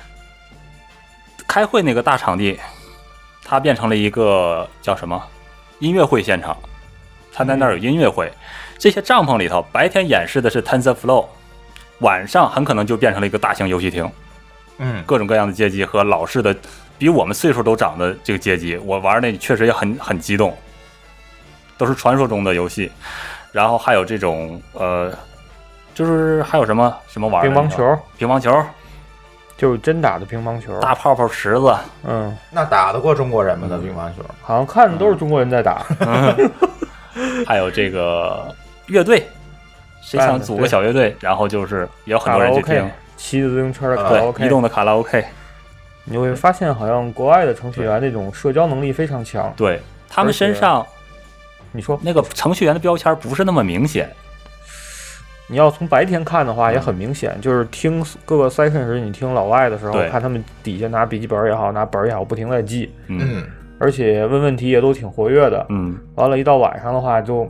开会那个大场地，它变成了一个叫什么音乐会现场，它在那儿有音乐会。这些帐篷里头，白天演示的是 TensorFlow， 晚上很可能就变成了一个大型游戏厅。各种各样的街机和老式的，比我们岁数都长的这个街机，我玩那确实也很激动，都是传说中的游戏。然后还有这种就是还有什么玩乒乓球。就是真打的乒乓球， 大泡泡池子， 那打得过中国人吗？那乒乓球好像看的都是中国人在打。 还有这个乐队，谁想组个小乐队，然后就是也有很多人去听， 骑自行车的卡拉 OK， 移动的卡拉 OK。 你会发现，好像国外的程序员这种社交能力非常强， 对他们身上， 你说那个程序员的标签不是那么明显。 你要从白天看的话也很明显，就是听各个 session 时，你听老外的时候，看他们底下拿笔记本也好，拿本也好，不停在记，而且问问题也都挺活跃的，完了，一到晚上的话就，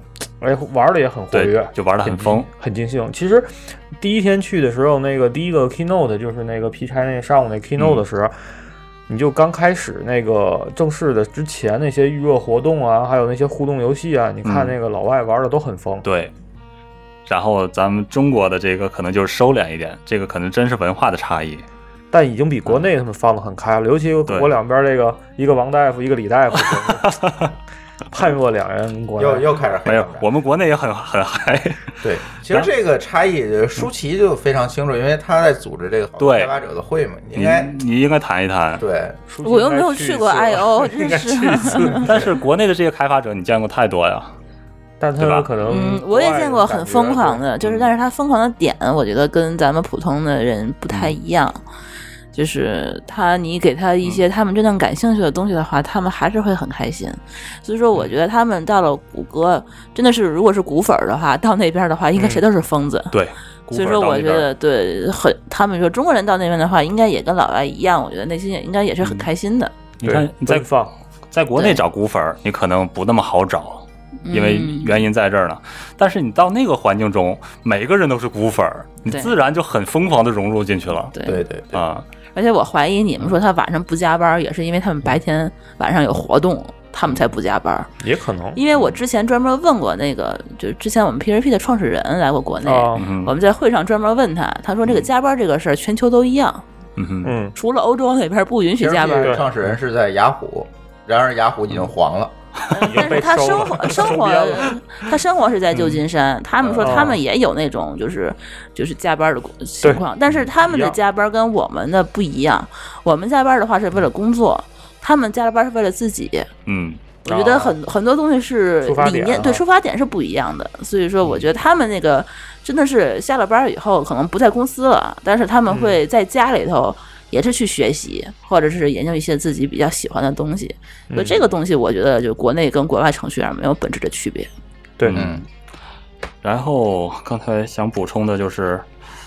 而且玩的也很活跃， 就玩的很疯， 很尽兴。其实第一天去的时候，那个第一个 keynote 就是那个 P 差那上午那 keynote 的时候，你就刚开始那个正式的之前那些预热活动啊，还有那些互动游戏啊，你看那个老外玩的都很疯。 对。然后咱们中国的这个可能就是收敛一点，这个可能真是文化的差异。 但已经比国内他们放得很开了，尤其我两边这个一个王大夫，一个李大夫。判若两人， 又开始没有，我们国内也很嗨。 对，其实这个差异，舒淇就非常清楚，因为他在组织这个好多开发者的会嘛，你应该谈一谈。 对， 我又没有去过 I/O， 真是。 但是国内的这些开发者，你见过太多呀。 但他可能， 我也见过很疯狂的，就是但是他疯狂的点，我觉得跟咱们普通的人不太一样。就是你给他一些他们真正感兴趣的东西的话，他们还是会很开心。所以说我觉得他们到了谷歌真的是，如果是股粉的话，到那边的话应该谁都是疯子。 对， 所以说我觉得对，他们说中国人到那边的话应该也跟老外一样，我觉得内心应该也是很开心的。 你看在国内找股粉你可能不那么好找，因为原因在这儿呢。但是你到那个环境中，每个人都是股粉，你自然就很疯狂的融入进去了。 对啊。 而且我怀疑你们说他晚上不加班，也是因为他们白天晚上有活动，他们才不加班。 也可能， 因为我之前专门问过那个，就是之前我们 PHP 的创始人来过国内，我们在会上专门问他，他说这个加班这个事儿全球都一样，除了欧洲那边不允许加班。 创始人是在雅虎，然而雅虎已经黄了。 但是他他生活是在旧金山，他们说他们也有那种就是加班的情况，但是他们的加班跟我们的不一样。我们加班的话是为了工作，他们加班是为了自己。我觉得很多东西是理念，对，出发点是不一样的。所以说，我觉得他们那个真的是下了班以后可能不在公司了，但是他们会在家里头。也是去学习，或者是研究一些自己比较喜欢的东西。所以这个东西，我觉得就国内跟国外程序员没有本质的区别。 对， 然后刚才想补充的就是，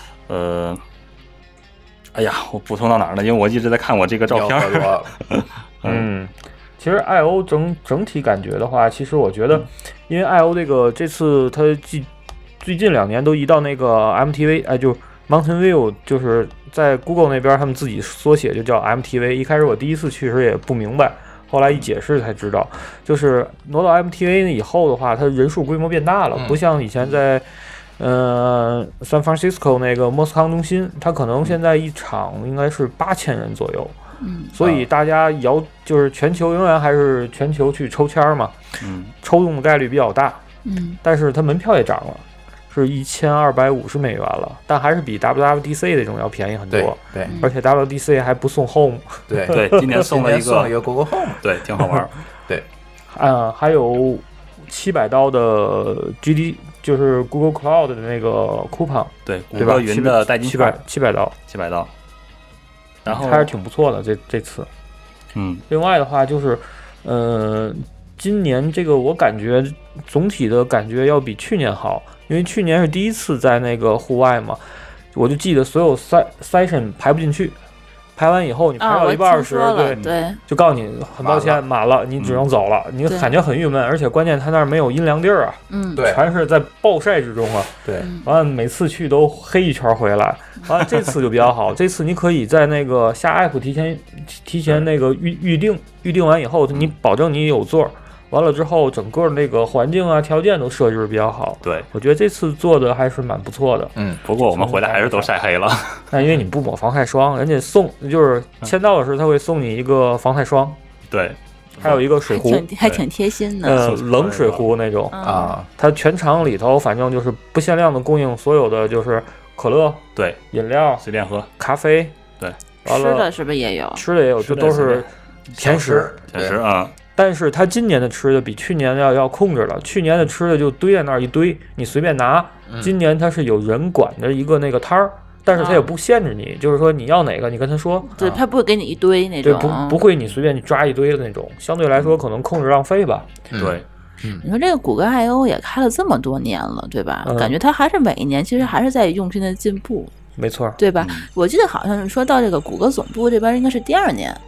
哎呀，我补充到哪儿了？因为我一直在看我这个照片。 其实 I/O 整体感觉的话，其实我觉得，因为 I/O 这次它最近2年都移到那个 MTV， 就 Mountain View， 就是在 Google 那边他们自己缩写就叫 MTV。一开始我第一次去时也不明白，后来一解释才知道，就是挪到 MTV 以后的话，它人数规模变大了，不像以前在San Francisco 那个莫斯康中心，它可能现在一场应该是8000人左右。所以大家就是全球永远还是全球去抽签嘛，抽中的概率比较大。但是它门票也涨了。是$1250了，但还是比 WWDC 这种要便宜很多。 对， 而且 WWDC 还不送 Home。 对， 今年送了一个 Google Home， 对，挺好玩。 对， 还有$700的 GD， 就是 Google Cloud 的那个 coupon， 对，谷歌云的代金券 $700， 然后还是挺不错的这次。另外的话就是，今年这个我感觉总体的感觉要比去年好。因为去年是第一次在那个户外嘛，我就记得所有session排不进去，排完以后你排到一半时， 对， 就告诉你很抱歉满了，你只能走了，你感觉很郁闷，而且关键他那儿没有阴凉地儿啊， 对， 全是在暴晒之中啊， 对， 完了每次去都黑一圈回来，完了这次就比较好，这次你可以在那个下 app 提前那个预定完以后，你保证你有座。完了之后，整个那个环境啊、条件都设置比较好。 对， 我觉得这次做的还是蛮不错的。 不过我们回来还是都晒黑了。 那因为你不抹防晒霜，人家就是签到的时候他会送你一个防晒霜。 对， 还有一个水壶， 还挺贴心的。 冷水壶那种啊。 它全场里头反正就是不限量的供应所有的就是可乐、 对， 饮料随便喝、 咖啡， 对， 吃的是不是也有？ 吃的也有，这都是甜食啊。 但是他今年的吃的比去年要控制了，去年的吃的就堆在那儿一堆，你随便拿。今年他是有人管着一个那个摊儿，但是他也不限制你，就是说你要哪个你跟他说， 对，他不会给你一堆那种， 对，不会你随便你抓一堆的那种，相对来说可能控制浪费吧。 对， 你说这个谷歌 I/O 也开了这么多年了，对吧？感觉他还是每一年其实还是在用心的进步， 没错， 对吧？我记得好像是说到这个谷歌总部这边应该是第2年。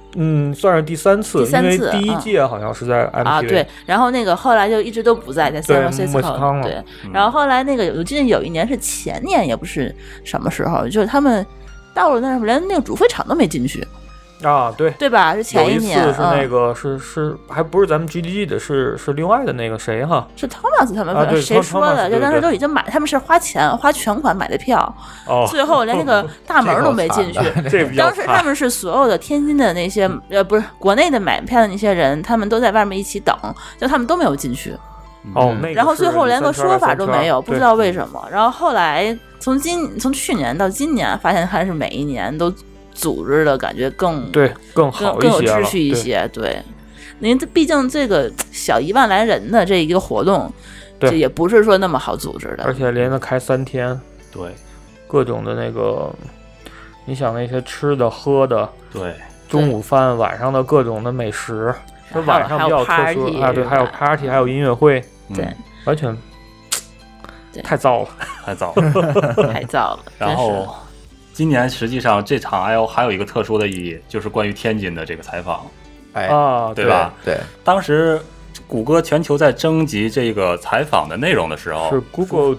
算是第三次，因为第一届好像是在 MTV 啊，对，然后那个后来就一直都不在 San Francisco， 对，然后后来那个我记得有一年是前年，也不是什么时候，就是他们到了那儿连那个主飞场都没进去。 啊，对对吧？是前一年， 有一次是那个是还不是咱们 GDG 的，是另外的那个谁哈？ 是 Thomas 他们谁说的？就当时都已经买，他们是花全款买的票，最后连那个大门都没进去。当时他们是所有的天津的那些不是国内的买票的那些人，他们都在外面一起等，就他们都没有进去。然后最后连个说法都没有，不知道为什么。然后后来从去年到今年，发现还是每一年都组织的感觉更好更有秩序一些。对，您毕竟这个小1万来人的这一个活动，这也不是说那么好组织的， 而且连着开3天， 对， 各种的那个，你想那些吃的喝的， 对， 中午饭晚上的各种的美食，这晚上比较特殊啊，对，还有 party， 还有音乐会， 对， 完全太糟了， 太糟了， 太糟了。 然后今年实际上这场 I/O 还有一个特殊的意义，就是关于天津的这个采访，对吧？ 对， 当时谷歌全球在征集这个采访的内容的时候， 是 Google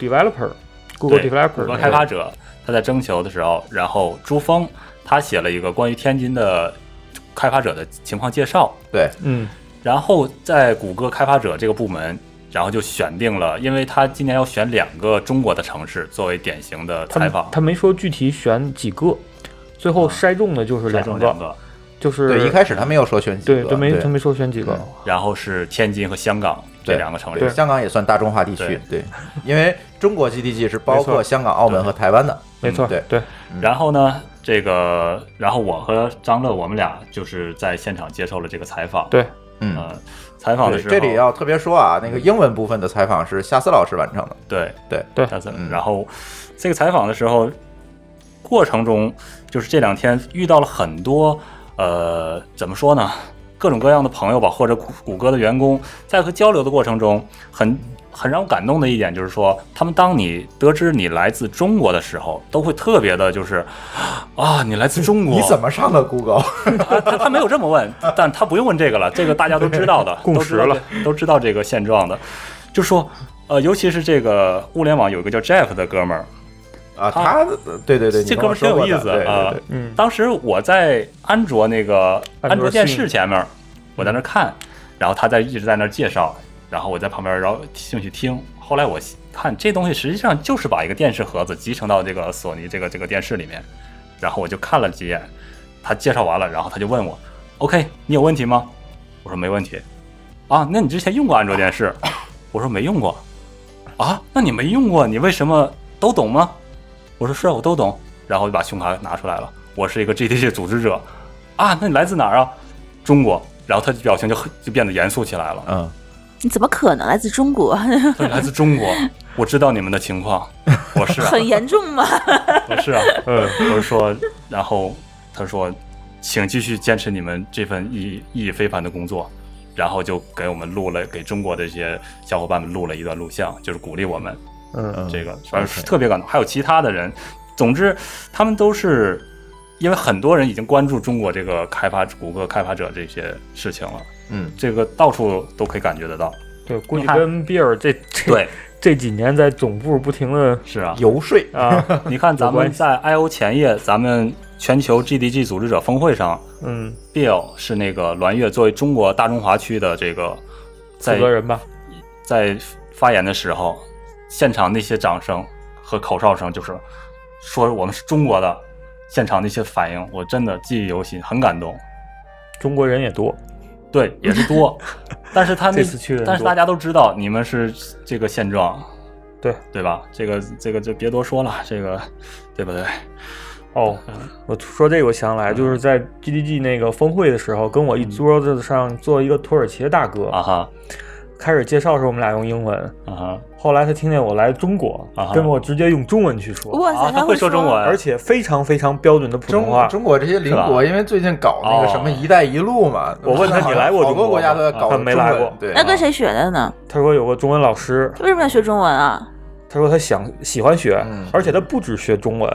Developer 开发者，他在征求的时候，然后朱峰他写了一个关于天津的开发者的情况介绍， 对， 然后在谷歌开发者这个部门，然后就选定了，因为他今年要选2个中国的城市作为典型的采访， 他没说具体选几个，最后筛中的就是2个，就是对，一开始他没有说选几个， 对，他没说选几个， 然后是天津和香港这2个城市， 香港也算大中华地区，对，因为中国 GDG 是包括香港、澳门和台湾的， 没错，对。 然后呢，然后我和张乐我们俩就是在现场接受了这个采访， 对， 采访的时候， 这里要特别说啊，那个英文部分的采访是夏思老师完成的， 对，夏思。然后这个采访的时候，过程中就是这2天遇到了很多怎么说呢，各种各样的朋友吧，或者谷歌的员工，在和交流的过程中，很让我感动的一点就是说，他们当你得知你来自中国的时候，都会特别的就是啊，你来自中国， 你怎么上的 Google？ 他没有这么问，但他不用问这个了，这个大家都知道的， 共识了， 都知道这个现状的，就说尤其是这个物联网有一个叫 Jeff 的哥们儿。 他对， 这哥们儿挺有意思啊。当时我在安卓电视前面，我在那看，然后他一直在那介绍，然后我在旁边然后兴趣听。后来我看这东西实际上就是把一个电视盒子集成到这个索尼这个电视里面，然后我就看了几眼，他介绍完了，然后他就问我 ：“OK， 你有问题吗？”我说没问题。啊，那你之前用过安卓电视？我说没用过。啊，那你没用过，你为什么都懂吗？我说是啊，我都懂，然后就把胸卡拿出来了。我是一个 GDG 组织者啊，那你来自哪儿啊？中国。然后他表情就变得严肃起来了。 你怎么可能来自中国？ 他来自中国，我知道你们的情况。我是啊， 很严重吗？ 我是啊，我是说，然后他说，请继续坚持你们这份意义非凡的工作。然后就给我们给中国的这些小伙伴们录了一段录像，就是鼓励我们。这个反正是特别感动，还有其他的人。总之，他们都是因为很多人已经关注中国这个谷歌开发者这些事情了。这个到处都可以感觉得到。 对，估计跟比尔这几年在总部不停的游说啊。 你看咱们在 I/O 前夜，咱们全球 GDG 组织者峰会上，Bill 是那个栾越作为中国大中华区的这个负责人吧， 在发言的时候。现场那些掌声和口哨声，就是说我们是中国的，现场那些反应，我真的记忆犹新，很感动。 中国人也多， 对，也是多，但是这次去人多， 但是大家都知道你们是这个现状，对吧？这个就别多说了，这个对不对？ 我说这个我想来，就是在 GDG 那个峰会的时候，跟我一桌子上坐一个土耳其的大哥啊。 开始介绍时候我们俩用英文，后来他听见我来中国，跟我直接用中文去说。 哇塞， 他会说中文， 而且非常非常标准的普通话。 中国这些邻国，因为最近搞那个什么“一带一路”嘛， 我问他你来过中国？ 好多国家都在搞， 他没来过。 对， 那跟谁学的呢？ 他说有个中文老师。 为什么要学中文啊？ 他说他喜欢学，而且他不只学中文，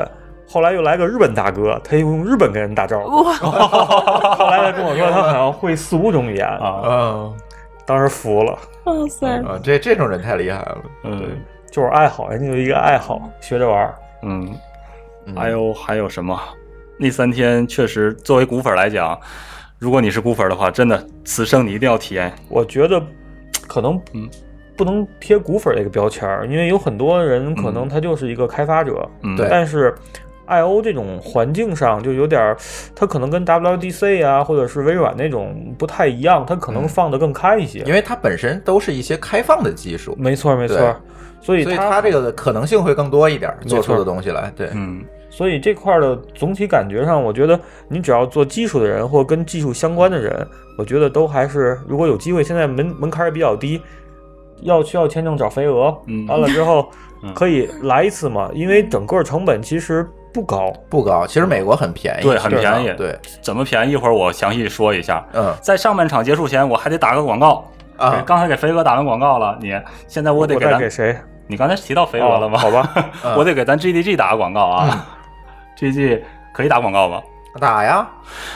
后来又来个日本大哥，他用日本跟人打招呼。后来他跟我说他好像会4、5种语言啊，当时服了。 哇塞， 这种人太厉害了。 就是爱好，人家有一个爱好，学着玩。 还有什么？那3天确实，作为股粉来讲，如果你是股粉的话，真的此生你一定要体验。 我觉得可能不能贴股粉这个标签，因为有很多人可能他就是一个开发者，但是 IO 这种环境上就有点，它可能跟 WDC 啊或者是微软那种不太一样，它可能放得更开一些， 因为它本身都是一些开放的技术。 没错，所以它这个可能性会更多一点，做出的东西来。对， 所以这块的总体感觉上，我觉得你只要做技术的人或跟技术相关的人，我觉得都还是如果有机会，现在门槛也比较低，需要签证找飞蛾，完了之后可以来一次嘛，因为整个成本其实不高，其实美国很便宜， 对，很便宜， 对， 怎么便宜？一会儿我详细说一下。在上半场结束前，我还得打个广告啊！刚才给飞蛾打完广告了，现在我得给谁？ 你刚才提到飞蛾了吗？ 好吧， 我得给咱 GDG 打个广告啊。GDG 可以打广告吗？ 打呀。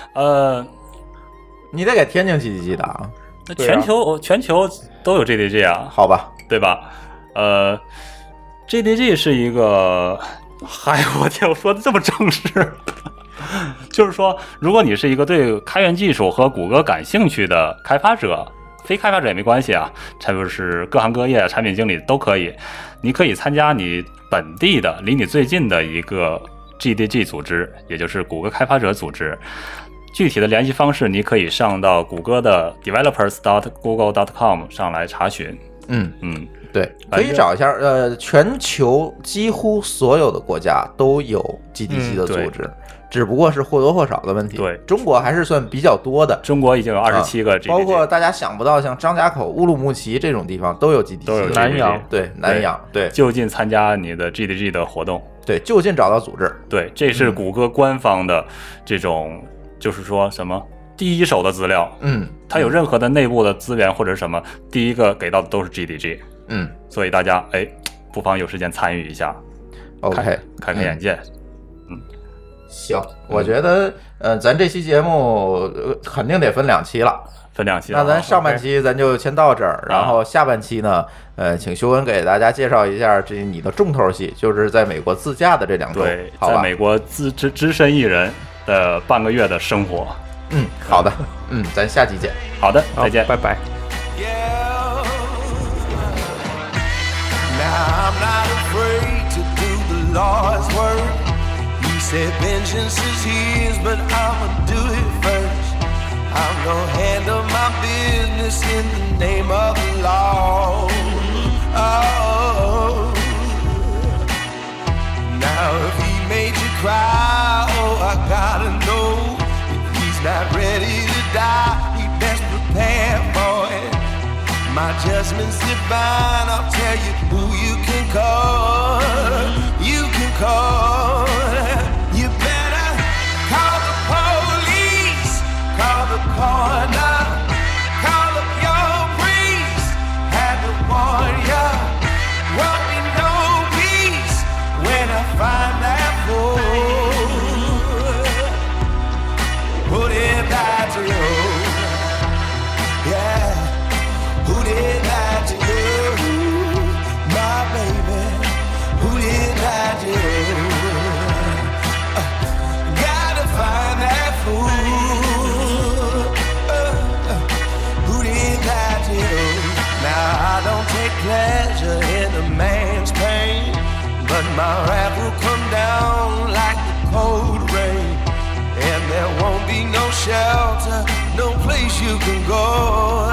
你得给天津 GDG 打。 那全球都有 GDG 啊， 好吧， 对吧？GDG 是一个，我天，我说的这么正式，就是说，如果你是一个对开源技术和谷歌感兴趣的开发者，非开发者也没关系啊，就是各行各业产品经理都可以，你可以参加你本地的离你最近的一个 GDG 组织，也就是谷歌开发者组织。具体的联系方式，你可以上到谷歌的 developers.google.com 上来查询。 对，可以找一下。全球几乎所有的国家都有 GDG 的组织，只不过是或多或少的问题。 对， 中国还是算比较多的。 中国已经有27个 GDG， 包括大家想不到像张家口、乌鲁木齐这种地方都有 GDG， 都有 GDG， 南阳， 对，南阳，对， 就近参加你的 GDG 的活动。 对，就近找到组织。 对，这是谷歌官方的这种。就是说什么第一手的资料，它有任何的内部的资源或者什么，第一个给到的都是 GDG，所以大家不妨有时间参与一下 ，OK， 开眼界， 行，我觉得咱这期节目肯定得分2期了，那咱上半期咱就先到这儿，然后下半期呢，请修文给大家介绍一下你的重头戏，就是在美国自驾的这2周， 对，在美国只身一人的半个月的生活。 好的，咱下期见。 好的，再见， 拜拜。 I gotta know if he's not ready to die, he best prepare for it. My judgment's divine, I'll tell you who you can call. You can call. You better call the police, call the coroner, call up your priest, had to warn ya. Won't be no peace when I find that fool. Put it back to you, yeah. Who did that to you, my baby? Who did that to you? Gotta find that fool. Who did that to you? Now I don't take pleasure in a man's pain, but my wrath will come down like the cold rain. And there won't be no shelter, no place you can go.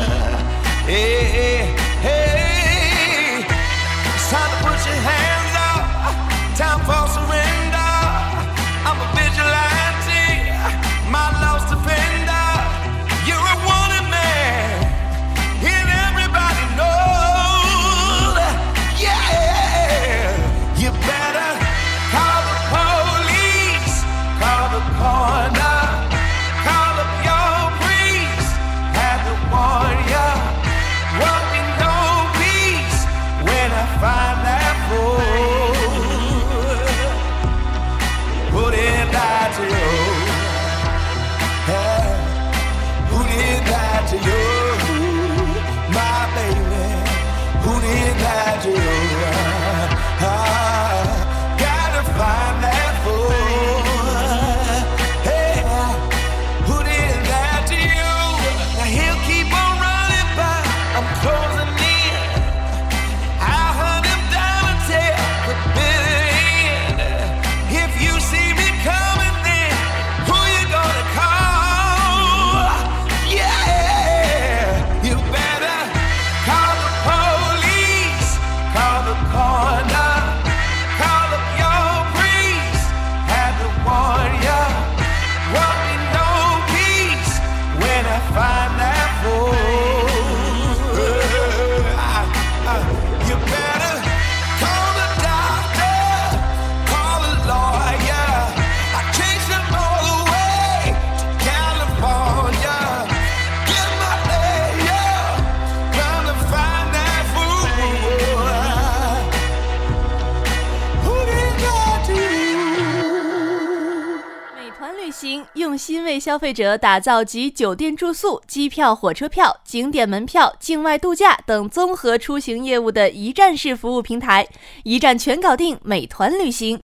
Hey, hey, it's time to put your hands up, time for surrender. I'm a vigilante, my love's defender. You're a wanted man, and everybody knows. Yeah, you better call the police, call the coroner, call up your priest, have to warn ya. Won't be no peace when I find that fool. 用心为消费者打造集酒店住宿、机票、火车票、景点门票、境外度假等综合出行业务的一站式服务平台，一站全搞定美团旅行。